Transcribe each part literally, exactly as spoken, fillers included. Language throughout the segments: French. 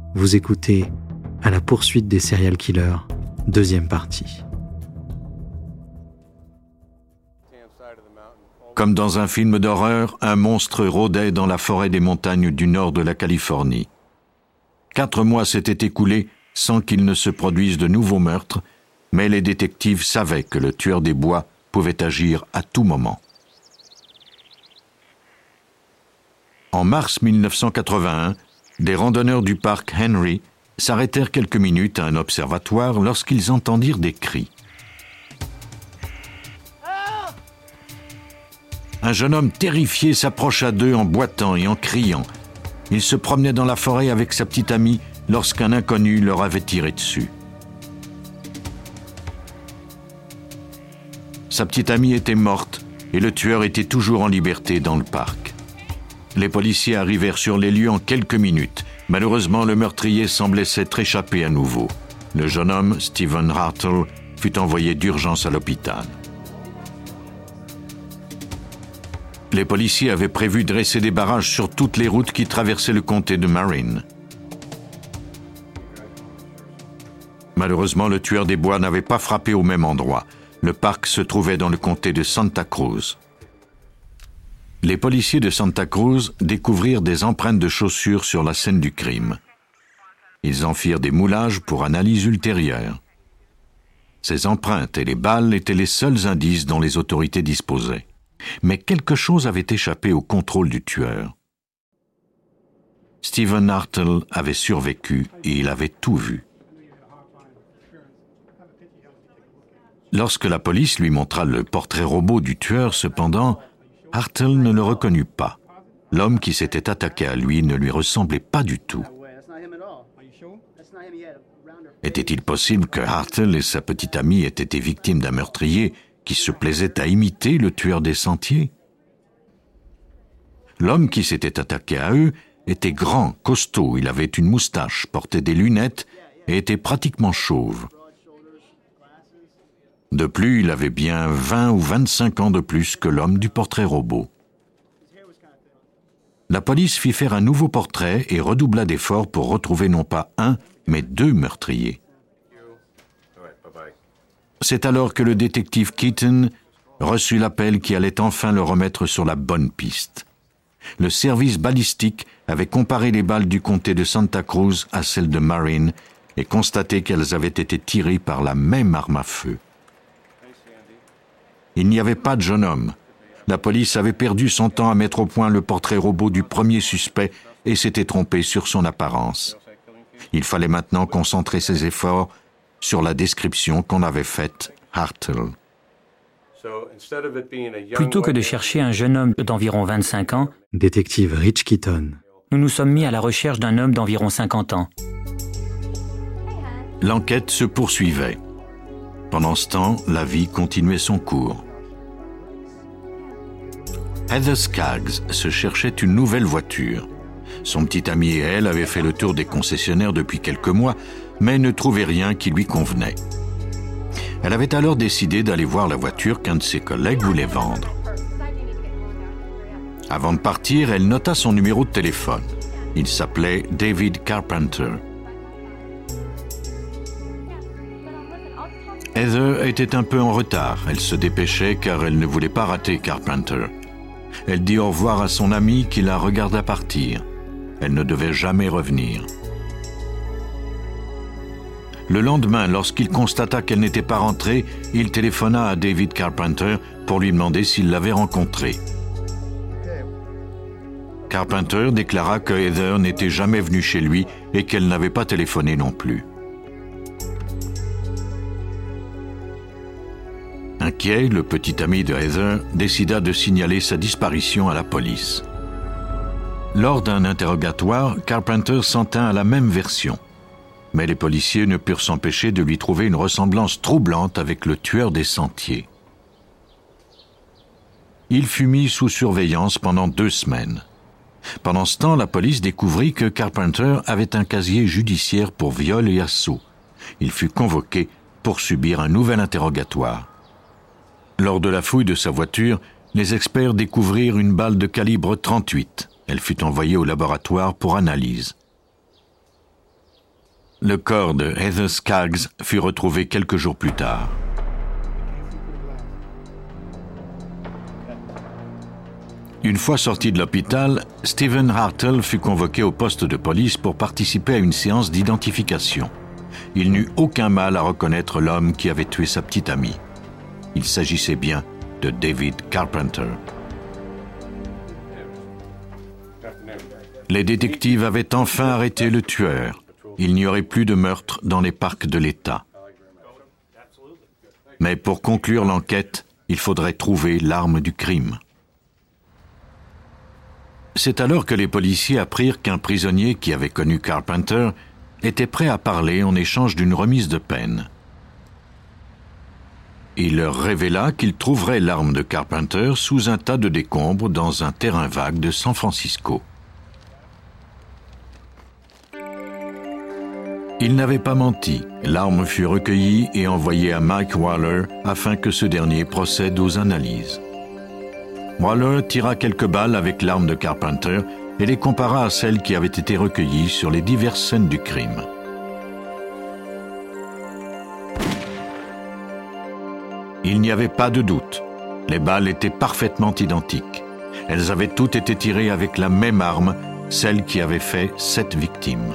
Vous écoutez À la poursuite des serial killers, deuxième partie. Comme dans un film d'horreur, un monstre rôdait dans la forêt des montagnes du nord de la Californie. Quatre mois s'étaient écoulés sans qu'il ne se produise de nouveaux meurtres, mais les détectives savaient que le tueur des bois pouvait agir à tout moment. En mars mille neuf cent quatre-vingt-un, des randonneurs du parc Henry s'arrêtèrent quelques minutes à un observatoire lorsqu'ils entendirent des cris. Un jeune homme terrifié s'approcha d'eux en boitant et en criant. Il se promenait dans la forêt avec sa petite amie lorsqu'un inconnu leur avait tiré dessus. Sa petite amie était morte et le tueur était toujours en liberté dans le parc. Les policiers arrivèrent sur les lieux en quelques minutes. Malheureusement, le meurtrier semblait s'être échappé à nouveau. Le jeune homme, Stephen Hartle, fut envoyé d'urgence à l'hôpital. Les policiers avaient prévu de dresser des barrages sur toutes les routes qui traversaient le comté de Marin. Malheureusement, le tueur des bois n'avait pas frappé au même endroit. Le parc se trouvait dans le comté de Santa Cruz. Les policiers de Santa Cruz découvrirent des empreintes de chaussures sur la scène du crime. Ils en firent des moulages pour analyse ultérieure. Ces empreintes et les balles étaient les seuls indices dont les autorités disposaient. Mais quelque chose avait échappé au contrôle du tueur. Stephen Hartle avait survécu et il avait tout vu. Lorsque la police lui montra le portrait robot du tueur, cependant, Hartle ne le reconnut pas. L'homme qui s'était attaqué à lui ne lui ressemblait pas du tout. Était-il possible que Hartle et sa petite amie aient été victimes d'un meurtrier qui se plaisait à imiter le tueur des sentiers? L'homme qui s'était attaqué à eux était grand, costaud, il avait une moustache, portait des lunettes et était pratiquement chauve. De plus, il avait bien vingt ou vingt-cinq ans de plus que l'homme du portrait robot. La police fit faire un nouveau portrait et redoubla d'efforts pour retrouver non pas un, mais deux meurtriers. C'est alors que le détective Keaton reçut l'appel qui allait enfin le remettre sur la bonne piste. Le service balistique avait comparé les balles du comté de Santa Cruz à celles de Marin et constaté qu'elles avaient été tirées par la même arme à feu. Il n'y avait pas de jeune homme. La police avait perdu son temps à mettre au point le portrait robot du premier suspect et s'était trompée sur son apparence. Il fallait maintenant concentrer ses efforts sur la description qu'on avait faite Hartle. Plutôt que de chercher un jeune homme d'environ vingt-cinq ans, Détective Rich Keaton. nous nous sommes mis à la recherche d'un homme d'environ cinquante ans. L'enquête se poursuivait. Pendant ce temps, la vie continuait son cours. Heather Skaggs se cherchait une nouvelle voiture. Son petit ami et elle avaient fait le tour des concessionnaires depuis quelques mois, mais ne trouvaient rien qui lui convenait. Elle avait alors décidé d'aller voir la voiture qu'un de ses collègues voulait vendre. Avant de partir, elle nota son numéro de téléphone. Il s'appelait David Carpenter. Heather était un peu en retard. Elle se dépêchait car elle ne voulait pas rater Carpenter. Elle dit au revoir à son ami qui la regarda partir. Elle ne devait jamais revenir. Le lendemain, lorsqu'il constata qu'elle n'était pas rentrée, il téléphona à David Carpenter pour lui demander s'il l'avait rencontrée. Carpenter déclara que Heather n'était jamais venue chez lui et qu'elle n'avait pas téléphoné non plus. Inquiet, le petit ami de Heather décida de signaler sa disparition à la police. Lors d'un interrogatoire, Carpenter s'en tint à la même version. Mais les policiers ne purent s'empêcher de lui trouver une ressemblance troublante avec le tueur des sentiers. Il fut mis sous surveillance pendant deux semaines. Pendant ce temps, la police découvrit que Carpenter avait un casier judiciaire pour viol et assaut. Il fut convoqué pour subir un nouvel interrogatoire. Lors de la fouille de sa voiture, les experts découvrirent une balle de calibre trente-huit. Elle fut envoyée au laboratoire pour analyse. Le corps de Heather Skaggs fut retrouvé quelques jours plus tard. Une fois sorti de l'hôpital, Stephen Hartle fut convoqué au poste de police pour participer à une séance d'identification. Il n'eut aucun mal à reconnaître l'homme qui avait tué sa petite amie. Il s'agissait bien de David Carpenter. Les détectives avaient enfin arrêté le tueur. Il n'y aurait plus de meurtre dans les parcs de l'État. Mais pour conclure l'enquête, il faudrait trouver l'arme du crime. C'est alors que les policiers apprirent qu'un prisonnier qui avait connu Carpenter était prêt à parler en échange d'une remise de peine. Il leur révéla qu'il trouverait l'arme de Carpenter sous un tas de décombres dans un terrain vague de San Francisco. Il n'avait pas menti. L'arme fut recueillie et envoyée à Mike Waller afin que ce dernier procède aux analyses. Waller tira quelques balles avec l'arme de Carpenter et les compara à celles qui avaient été recueillies sur les diverses scènes du crime. Il n'y avait pas de doute. Les balles étaient parfaitement identiques. Elles avaient toutes été tirées avec la même arme, celle qui avait fait sept victimes.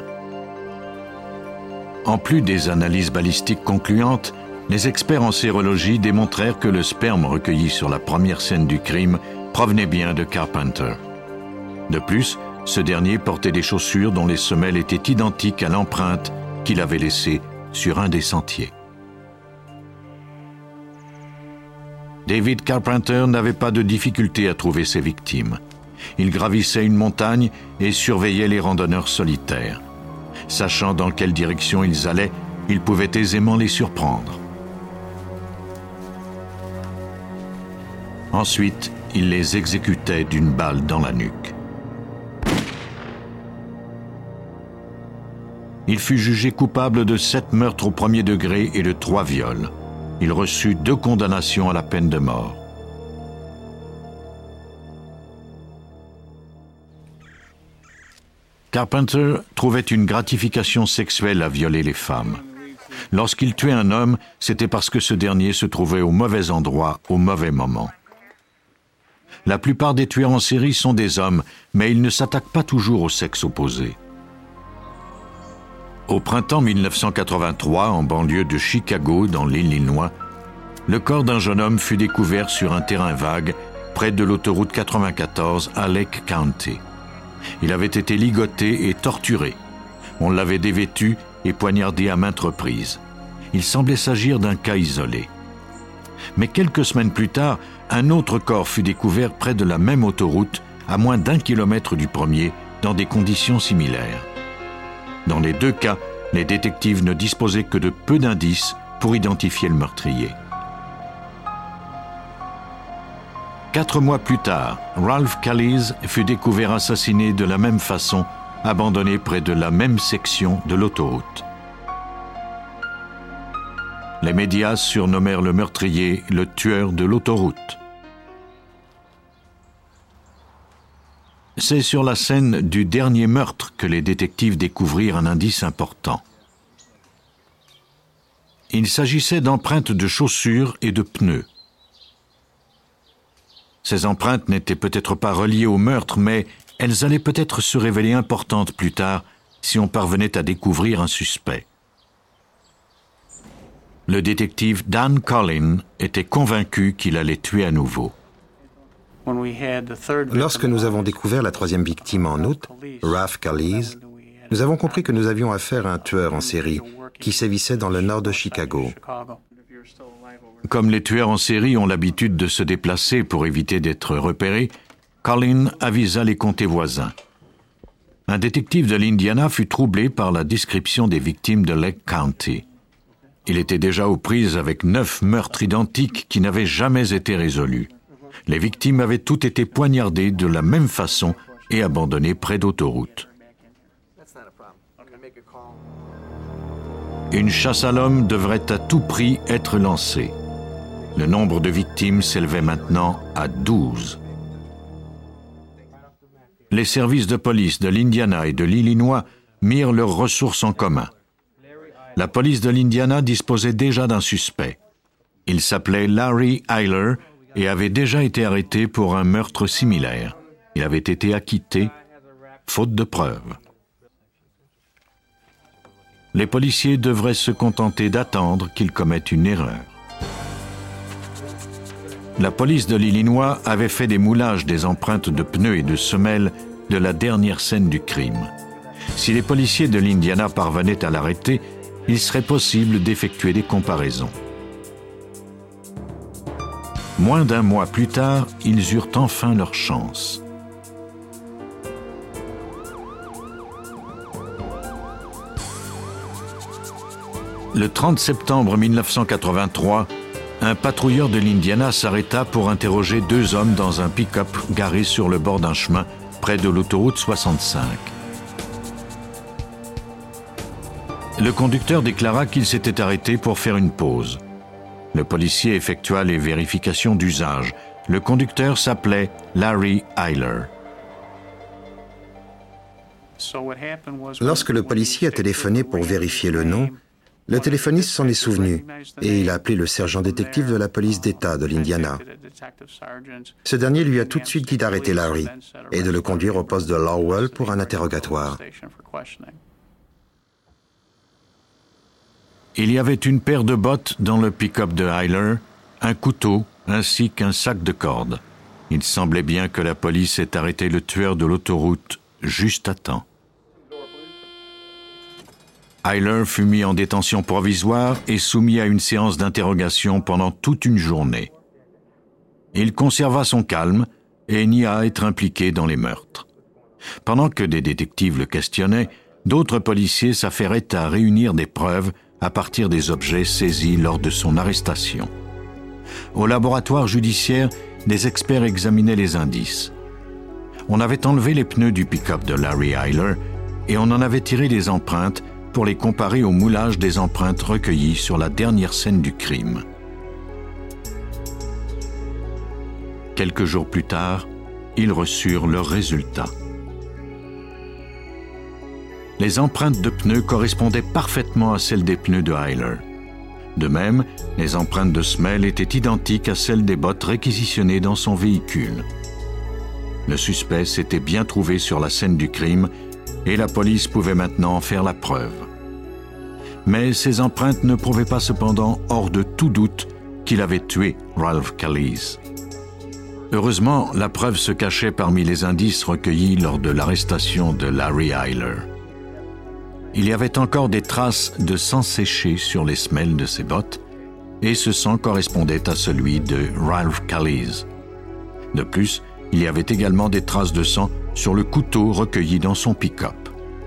En plus des analyses balistiques concluantes, les experts en sérologie démontrèrent que le sperme recueilli sur la première scène du crime provenait bien de Carpenter. De plus, ce dernier portait des chaussures dont les semelles étaient identiques à l'empreinte qu'il avait laissée sur un des sentiers. David Carpenter n'avait pas de difficulté à trouver ses victimes. Il gravissait une montagne et surveillait les randonneurs solitaires. Sachant dans quelle direction ils allaient, il pouvait aisément les surprendre. Ensuite, il les exécutait d'une balle dans la nuque. Il fut jugé coupable de sept meurtres au premier degré et de trois viols. Il reçut deux condamnations à la peine de mort. Carpenter trouvait une gratification sexuelle à violer les femmes. Lorsqu'il tuait un homme, c'était parce que ce dernier se trouvait au mauvais endroit, au mauvais moment. La plupart des tueurs en série sont des hommes, mais ils ne s'attaquent pas toujours au sexe opposé. Au printemps mille neuf cent quatre-vingt-trois, en banlieue de Chicago, dans l'Illinois, le corps d'un jeune homme fut découvert sur un terrain vague près de l'autoroute quatre-vingt-quatorze à Lake County. Il avait été ligoté et torturé. On l'avait dévêtu et poignardé à maintes reprises. Il semblait s'agir d'un cas isolé. Mais quelques semaines plus tard, un autre corps fut découvert près de la même autoroute, à moins d'un kilomètre du premier, dans des conditions similaires. Dans les deux cas, les détectives ne disposaient que de peu d'indices pour identifier le meurtrier. Quatre mois plus tard, Ralph Callies fut découvert assassiné de la même façon, abandonné près de la même section de l'autoroute. Les médias surnommèrent le meurtrier le tueur de l'autoroute. C'est sur la scène du dernier meurtre que les détectives découvrirent un indice important. Il s'agissait d'empreintes de chaussures et de pneus. Ces empreintes n'étaient peut-être pas reliées au meurtre, mais elles allaient peut-être se révéler importantes plus tard si on parvenait à découvrir un suspect. Le détective Dan Collin était convaincu qu'il allait tuer à nouveau. Lorsque nous avons découvert la troisième victime en août, Ralph Callies, nous avons compris que nous avions affaire à un tueur en série qui sévissait dans le nord de Chicago. Comme les tueurs en série ont l'habitude de se déplacer pour éviter d'être repérés, Collin avisa les comtés voisins. Un détective de l'Indiana fut troublé par la description des victimes de Lake County. Il était déjà aux prises avec neuf meurtres identiques qui n'avaient jamais été résolus. Les victimes avaient toutes été poignardées de la même façon et abandonnées près d'autoroutes. Une chasse à l'homme devrait à tout prix être lancée. Le nombre de victimes s'élevait maintenant à douze. Les services de police de l'Indiana et de l'Illinois mirent leurs ressources en commun. La police de l'Indiana disposait déjà d'un suspect. Il s'appelait Larry Eyler et avait déjà été arrêté pour un meurtre similaire. Il avait été acquitté, faute de preuves. Les policiers devraient se contenter d'attendre qu'il commette une erreur. La police de l'Illinois avait fait des moulages des empreintes de pneus et de semelles de la dernière scène du crime. Si les policiers de l'Indiana parvenaient à l'arrêter, il serait possible d'effectuer des comparaisons. Moins d'un mois plus tard, ils eurent enfin leur chance. Le trente septembre mille neuf cent quatre-vingt-trois, un patrouilleur de l'Indiana s'arrêta pour interroger deux hommes dans un pick-up garé sur le bord d'un chemin près de l'autoroute soixante-cinq. Le conducteur déclara qu'il s'était arrêté pour faire une pause. Le policier effectua les vérifications d'usage. Le conducteur s'appelait Larry Eyler. Lorsque le policier a téléphoné pour vérifier le nom, le téléphoniste s'en est souvenu et il a appelé le sergent détective de la police d'État de l'Indiana. Ce dernier lui a tout de suite dit d'arrêter Larry et de le conduire au poste de Lowell pour un interrogatoire. Il y avait une paire de bottes dans le pick-up de Eyler, un couteau ainsi qu'un sac de cordes. Il semblait bien que la police ait arrêté le tueur de l'autoroute juste à temps. Eyler fut mis en détention provisoire et soumis à une séance d'interrogation pendant toute une journée. Il conserva son calme et nia être impliqué dans les meurtres. Pendant que des détectives le questionnaient, d'autres policiers s'affairaient à réunir des preuves à partir des objets saisis lors de son arrestation. Au laboratoire judiciaire, des experts examinaient les indices. On avait enlevé les pneus du pick-up de Larry Eyler et on en avait tiré des empreintes pour les comparer au moulage des empreintes recueillies sur la dernière scène du crime. Quelques jours plus tard, ils reçurent leurs résultats. Les empreintes de pneus correspondaient parfaitement à celles des pneus de Eyler. De même, les empreintes de semelles étaient identiques à celles des bottes réquisitionnées dans son véhicule. Le suspect s'était bien trouvé sur la scène du crime et la police pouvait maintenant en faire la preuve. Mais ces empreintes ne prouvaient pas cependant hors de tout doute qu'il avait tué Ralph Kalisz. Heureusement, la preuve se cachait parmi les indices recueillis lors de l'arrestation de Larry Eyler. Il y avait encore des traces de sang séché sur les semelles de ses bottes et ce sang correspondait à celui de Ralph Kalisz. De plus, il y avait également des traces de sang sur le couteau recueilli dans son pick-up.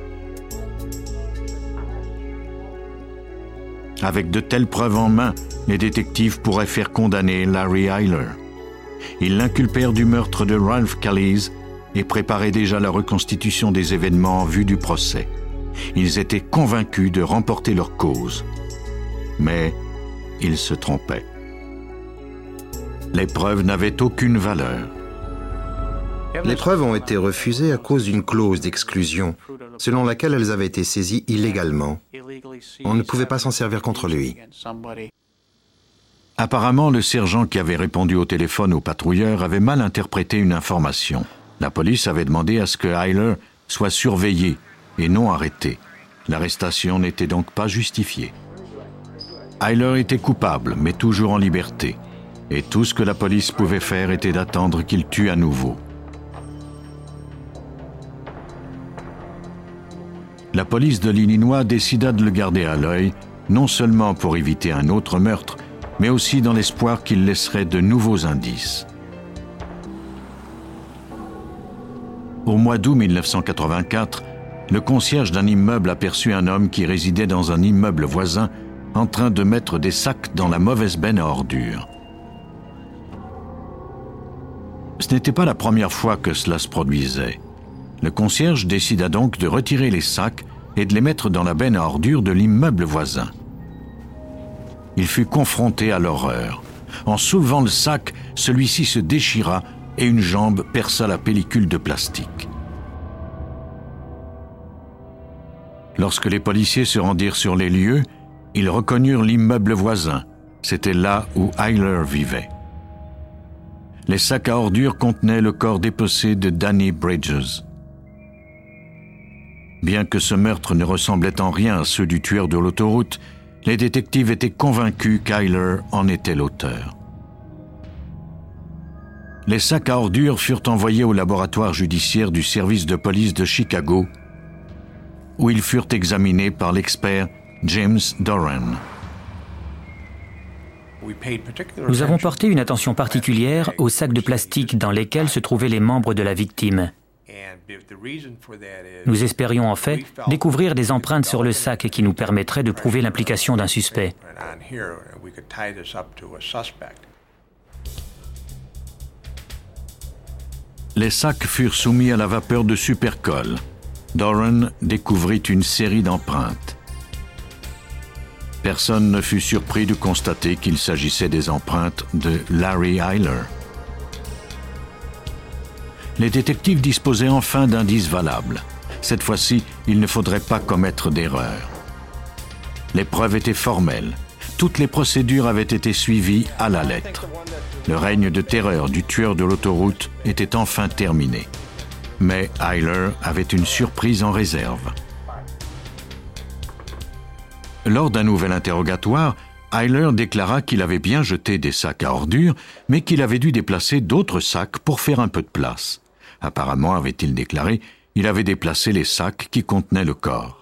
Avec de telles preuves en main, les détectives pourraient faire condamner Larry Eyler. Ils l'inculpèrent du meurtre de Ralph Kalisz et préparaient déjà la reconstitution des événements en vue du procès. Ils étaient convaincus de remporter leur cause. Mais ils se trompaient. Les preuves n'avaient aucune valeur. Les preuves ont été refusées à cause d'une clause d'exclusion, selon laquelle elles avaient été saisies illégalement. On ne pouvait pas s'en servir contre lui. Apparemment, le sergent qui avait répondu au téléphone au patrouilleur avait mal interprété une information. La police avait demandé à ce que Eyler soit surveillé et non arrêté. L'arrestation n'était donc pas justifiée. Eyler était coupable, mais toujours en liberté. Et tout ce que la police pouvait faire était d'attendre qu'il tue à nouveau. La police de l'Illinois décida de le garder à l'œil, non seulement pour éviter un autre meurtre, mais aussi dans l'espoir qu'il laisserait de nouveaux indices. Au mois d'août mille neuf cent quatre-vingt-quatre, le concierge d'un immeuble aperçut un homme qui résidait dans un immeuble voisin en train de mettre des sacs dans la mauvaise benne à ordures. Ce n'était pas la première fois que cela se produisait. Le concierge décida donc de retirer les sacs et de les mettre dans la benne à ordures de l'immeuble voisin. Il fut confronté à l'horreur. En soulevant le sac, celui-ci se déchira et une jambe perça la pellicule de plastique. Lorsque les policiers se rendirent sur les lieux, Ils reconnurent l'immeuble voisin. C'était là où Hyler vivait. Les sacs à ordures contenaient le corps dépecé de Danny Bridges. Bien que ce meurtre ne ressemblait en rien à ceux du tueur de l'autoroute, les détectives étaient convaincus qu'Hyler en était l'auteur. Les sacs à ordures furent envoyés au laboratoire judiciaire du service de police de Chicago, où ils furent examinés par l'expert James Doran. Nous avons porté une attention particulière aux sacs de plastique dans lesquels se trouvaient les membres de la victime. Nous espérions en fait découvrir des empreintes sur le sac qui nous permettraient de prouver l'implication d'un suspect. Les sacs furent soumis à la vapeur de supercolle. Doran découvrit une série d'empreintes. Personne ne fut surpris de constater qu'il s'agissait des empreintes de Larry Hyler. Les détectives disposaient enfin d'indices valables. Cette fois-ci, il ne faudrait pas commettre d'erreur. Les preuves étaient formelles. Toutes les procédures avaient été suivies à la lettre. Le règne de terreur du tueur de l'autoroute était enfin terminé. Mais Hyler avait une surprise en réserve. Lors d'un nouvel interrogatoire, Hyler déclara qu'il avait bien jeté des sacs à ordures, mais qu'il avait dû déplacer d'autres sacs pour faire un peu de place. Apparemment, avait-il déclaré, il avait déplacé les sacs qui contenaient le corps.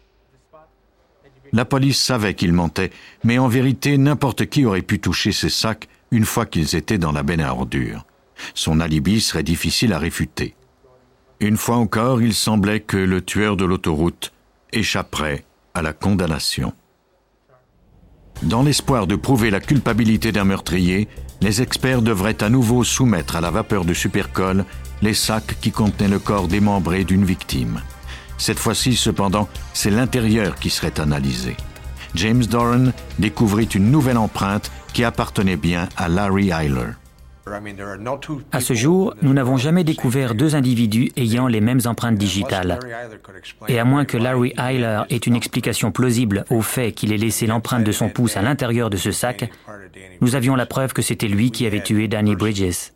La police savait qu'il mentait, mais en vérité, n'importe qui aurait pu toucher ces sacs une fois qu'ils étaient dans la benne à ordures. Son alibi serait difficile à réfuter. Une fois encore, il semblait que le tueur de l'autoroute échapperait à la condamnation. Dans l'espoir de prouver la culpabilité d'un meurtrier, les experts devraient à nouveau soumettre à la vapeur de supercolle les sacs qui contenaient le corps démembré d'une victime. Cette fois-ci, cependant, c'est l'intérieur qui serait analysé. James Doran découvrit une nouvelle empreinte qui appartenait bien à Larry Hyler. À ce jour, nous n'avons jamais découvert deux individus ayant les mêmes empreintes digitales. Et à moins que Larry Hyler ait une explication plausible au fait qu'il ait laissé l'empreinte de son pouce à l'intérieur de ce sac, nous avions la preuve que c'était lui qui avait tué Danny Bridges.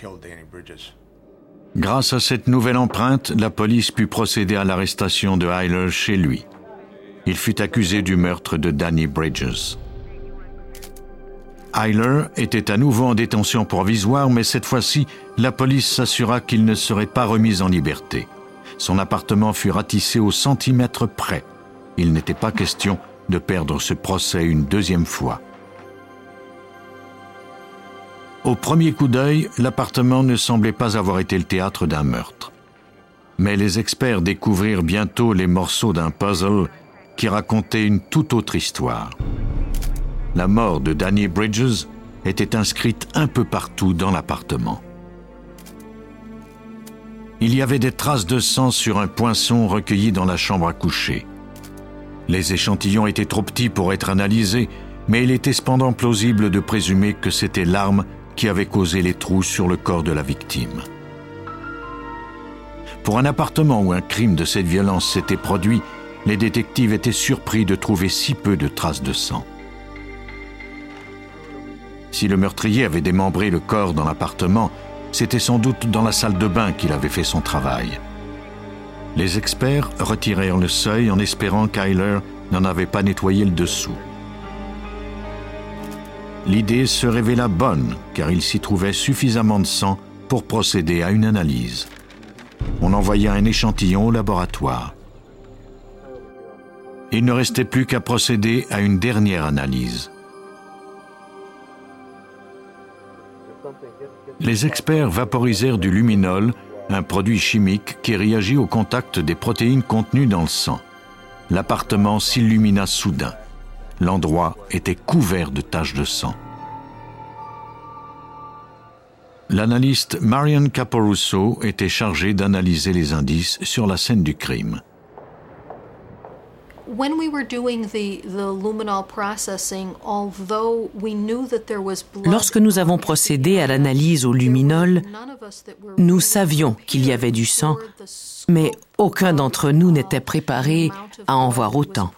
Grâce à cette nouvelle empreinte, la police put procéder à l'arrestation de Hyler chez lui. Il fut accusé du meurtre de Danny Bridges. Hyler était à nouveau en détention provisoire, mais cette fois-ci, la police s'assura qu'il ne serait pas remis en liberté. Son appartement fut ratissé au centimètre près. Il n'était pas question de perdre ce procès une deuxième fois. Au premier coup d'œil, l'appartement ne semblait pas avoir été le théâtre d'un meurtre. Mais les experts découvrirent bientôt les morceaux d'un puzzle qui racontait une toute autre histoire. La mort de Danny Bridges était inscrite un peu partout dans l'appartement. Il y avait des traces de sang sur un poinçon recueilli dans la chambre à coucher. Les échantillons étaient trop petits pour être analysés, mais il était cependant plausible de présumer que c'était l'arme qui avait causé les trous sur le corps de la victime. Pour un appartement où un crime de cette violence s'était produit, les détectives étaient surpris de trouver si peu de traces de sang. Si le meurtrier avait démembré le corps dans l'appartement, c'était sans doute dans la salle de bain qu'il avait fait son travail. Les experts retirèrent le seuil en espérant qu'Hyler n'en avait pas nettoyé le dessous. L'idée se révéla bonne, car il s'y trouvait suffisamment de sang pour procéder à une analyse. On envoya un échantillon au laboratoire. Il ne restait plus qu'à procéder à une dernière analyse. Les experts vaporisèrent du luminol, un produit chimique qui réagit au contact des protéines contenues dans le sang. L'appartement s'illumina soudain. L'endroit était couvert de taches de sang. L'analyste Marion Caporusso était chargée d'analyser les indices sur la scène du crime. Lorsque nous avons procédé à l'analyse au luminol, nous savions qu'il y avait du sang, mais aucun d'entre nous n'était préparé à en voir autant.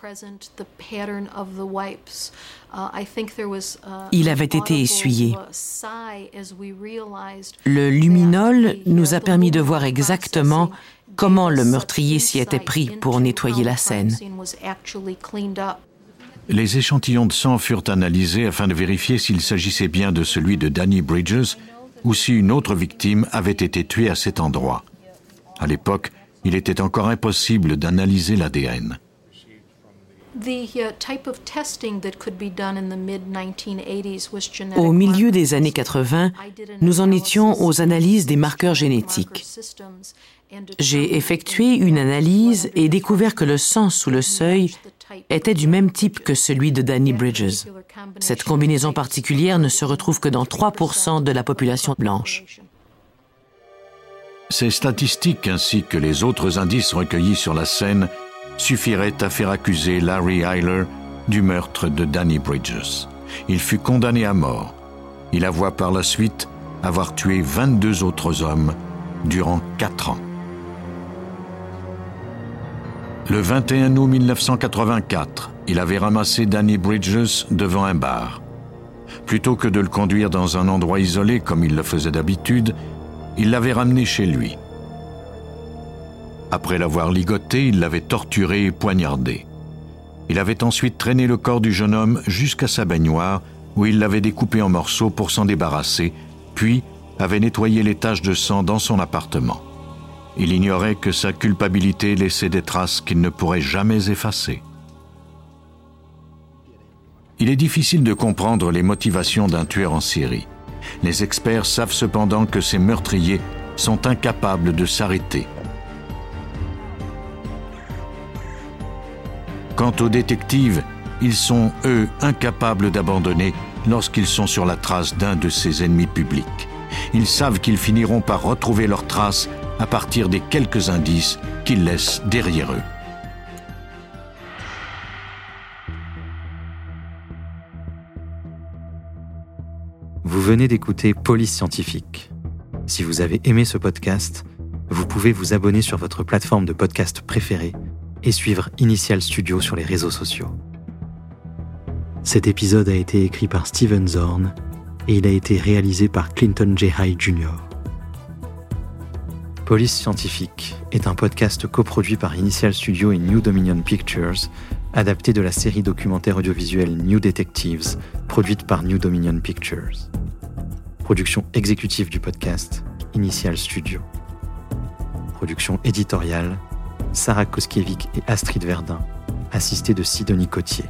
Il avait été essuyé. Le luminol nous a permis de voir exactement comment le meurtrier s'y était pris pour nettoyer la scène. Les échantillons de sang furent analysés afin de vérifier s'il s'agissait bien de celui de Danny Bridges ou si une autre victime avait été tuée à cet endroit. À l'époque, il était encore impossible d'analyser l'A D N. Au milieu des années quatre-vingt, nous en étions aux analyses des marqueurs génétiques. J'ai effectué une analyse et découvert que le sang sous le seuil était du même type que celui de Danny Bridges. Cette combinaison particulière ne se retrouve que dans trois pour cent de la population blanche. Ces statistiques ainsi que les autres indices recueillis sur la scène suffiraient à faire accuser Larry Eyler du meurtre de Danny Bridges. Il fut condamné à mort. Il avoua par la suite avoir tué vingt-deux autres hommes durant quatre ans. Le vingt et un août mille neuf cent quatre-vingt-quatre, il avait ramassé Danny Bridges devant un bar. Plutôt que de le conduire dans un endroit isolé comme il le faisait d'habitude, il l'avait ramené chez lui. Après l'avoir ligoté, il l'avait torturé et poignardé. Il avait ensuite traîné le corps du jeune homme jusqu'à sa baignoire, où il l'avait découpé en morceaux pour s'en débarrasser, puis avait nettoyé les taches de sang dans son appartement. Il ignorait que sa culpabilité laissait des traces qu'il ne pourrait jamais effacer. Il est difficile de comprendre les motivations d'un tueur en série. Les experts savent cependant que ces meurtriers sont incapables de s'arrêter. Quant aux détectives, ils sont, eux, incapables d'abandonner lorsqu'ils sont sur la trace d'un de ses ennemis publics. Ils savent qu'ils finiront par retrouver leurs traces à partir des quelques indices qu'ils laissent derrière eux. Vous venez d'écouter Police Scientifique. Si vous avez aimé ce podcast, vous pouvez vous abonner sur votre plateforme de podcast préférée et suivre Initial Studio sur les réseaux sociaux. Cet épisode a été écrit par Steven Zorn et il a été réalisé par Clinton J. High junior Police Scientifique est un podcast coproduit par Initial Studio et New Dominion Pictures, adapté de la série documentaire audiovisuelle New Detectives, produite par New Dominion Pictures. Production exécutive du podcast, Initial Studio. Production éditoriale, Sarah Koskiewicz et Astrid Verdun, assistée de Sidonie Cotier.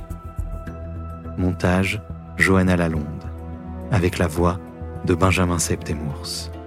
Montage, Johanna Lalonde, avec la voix de Benjamin Septemours.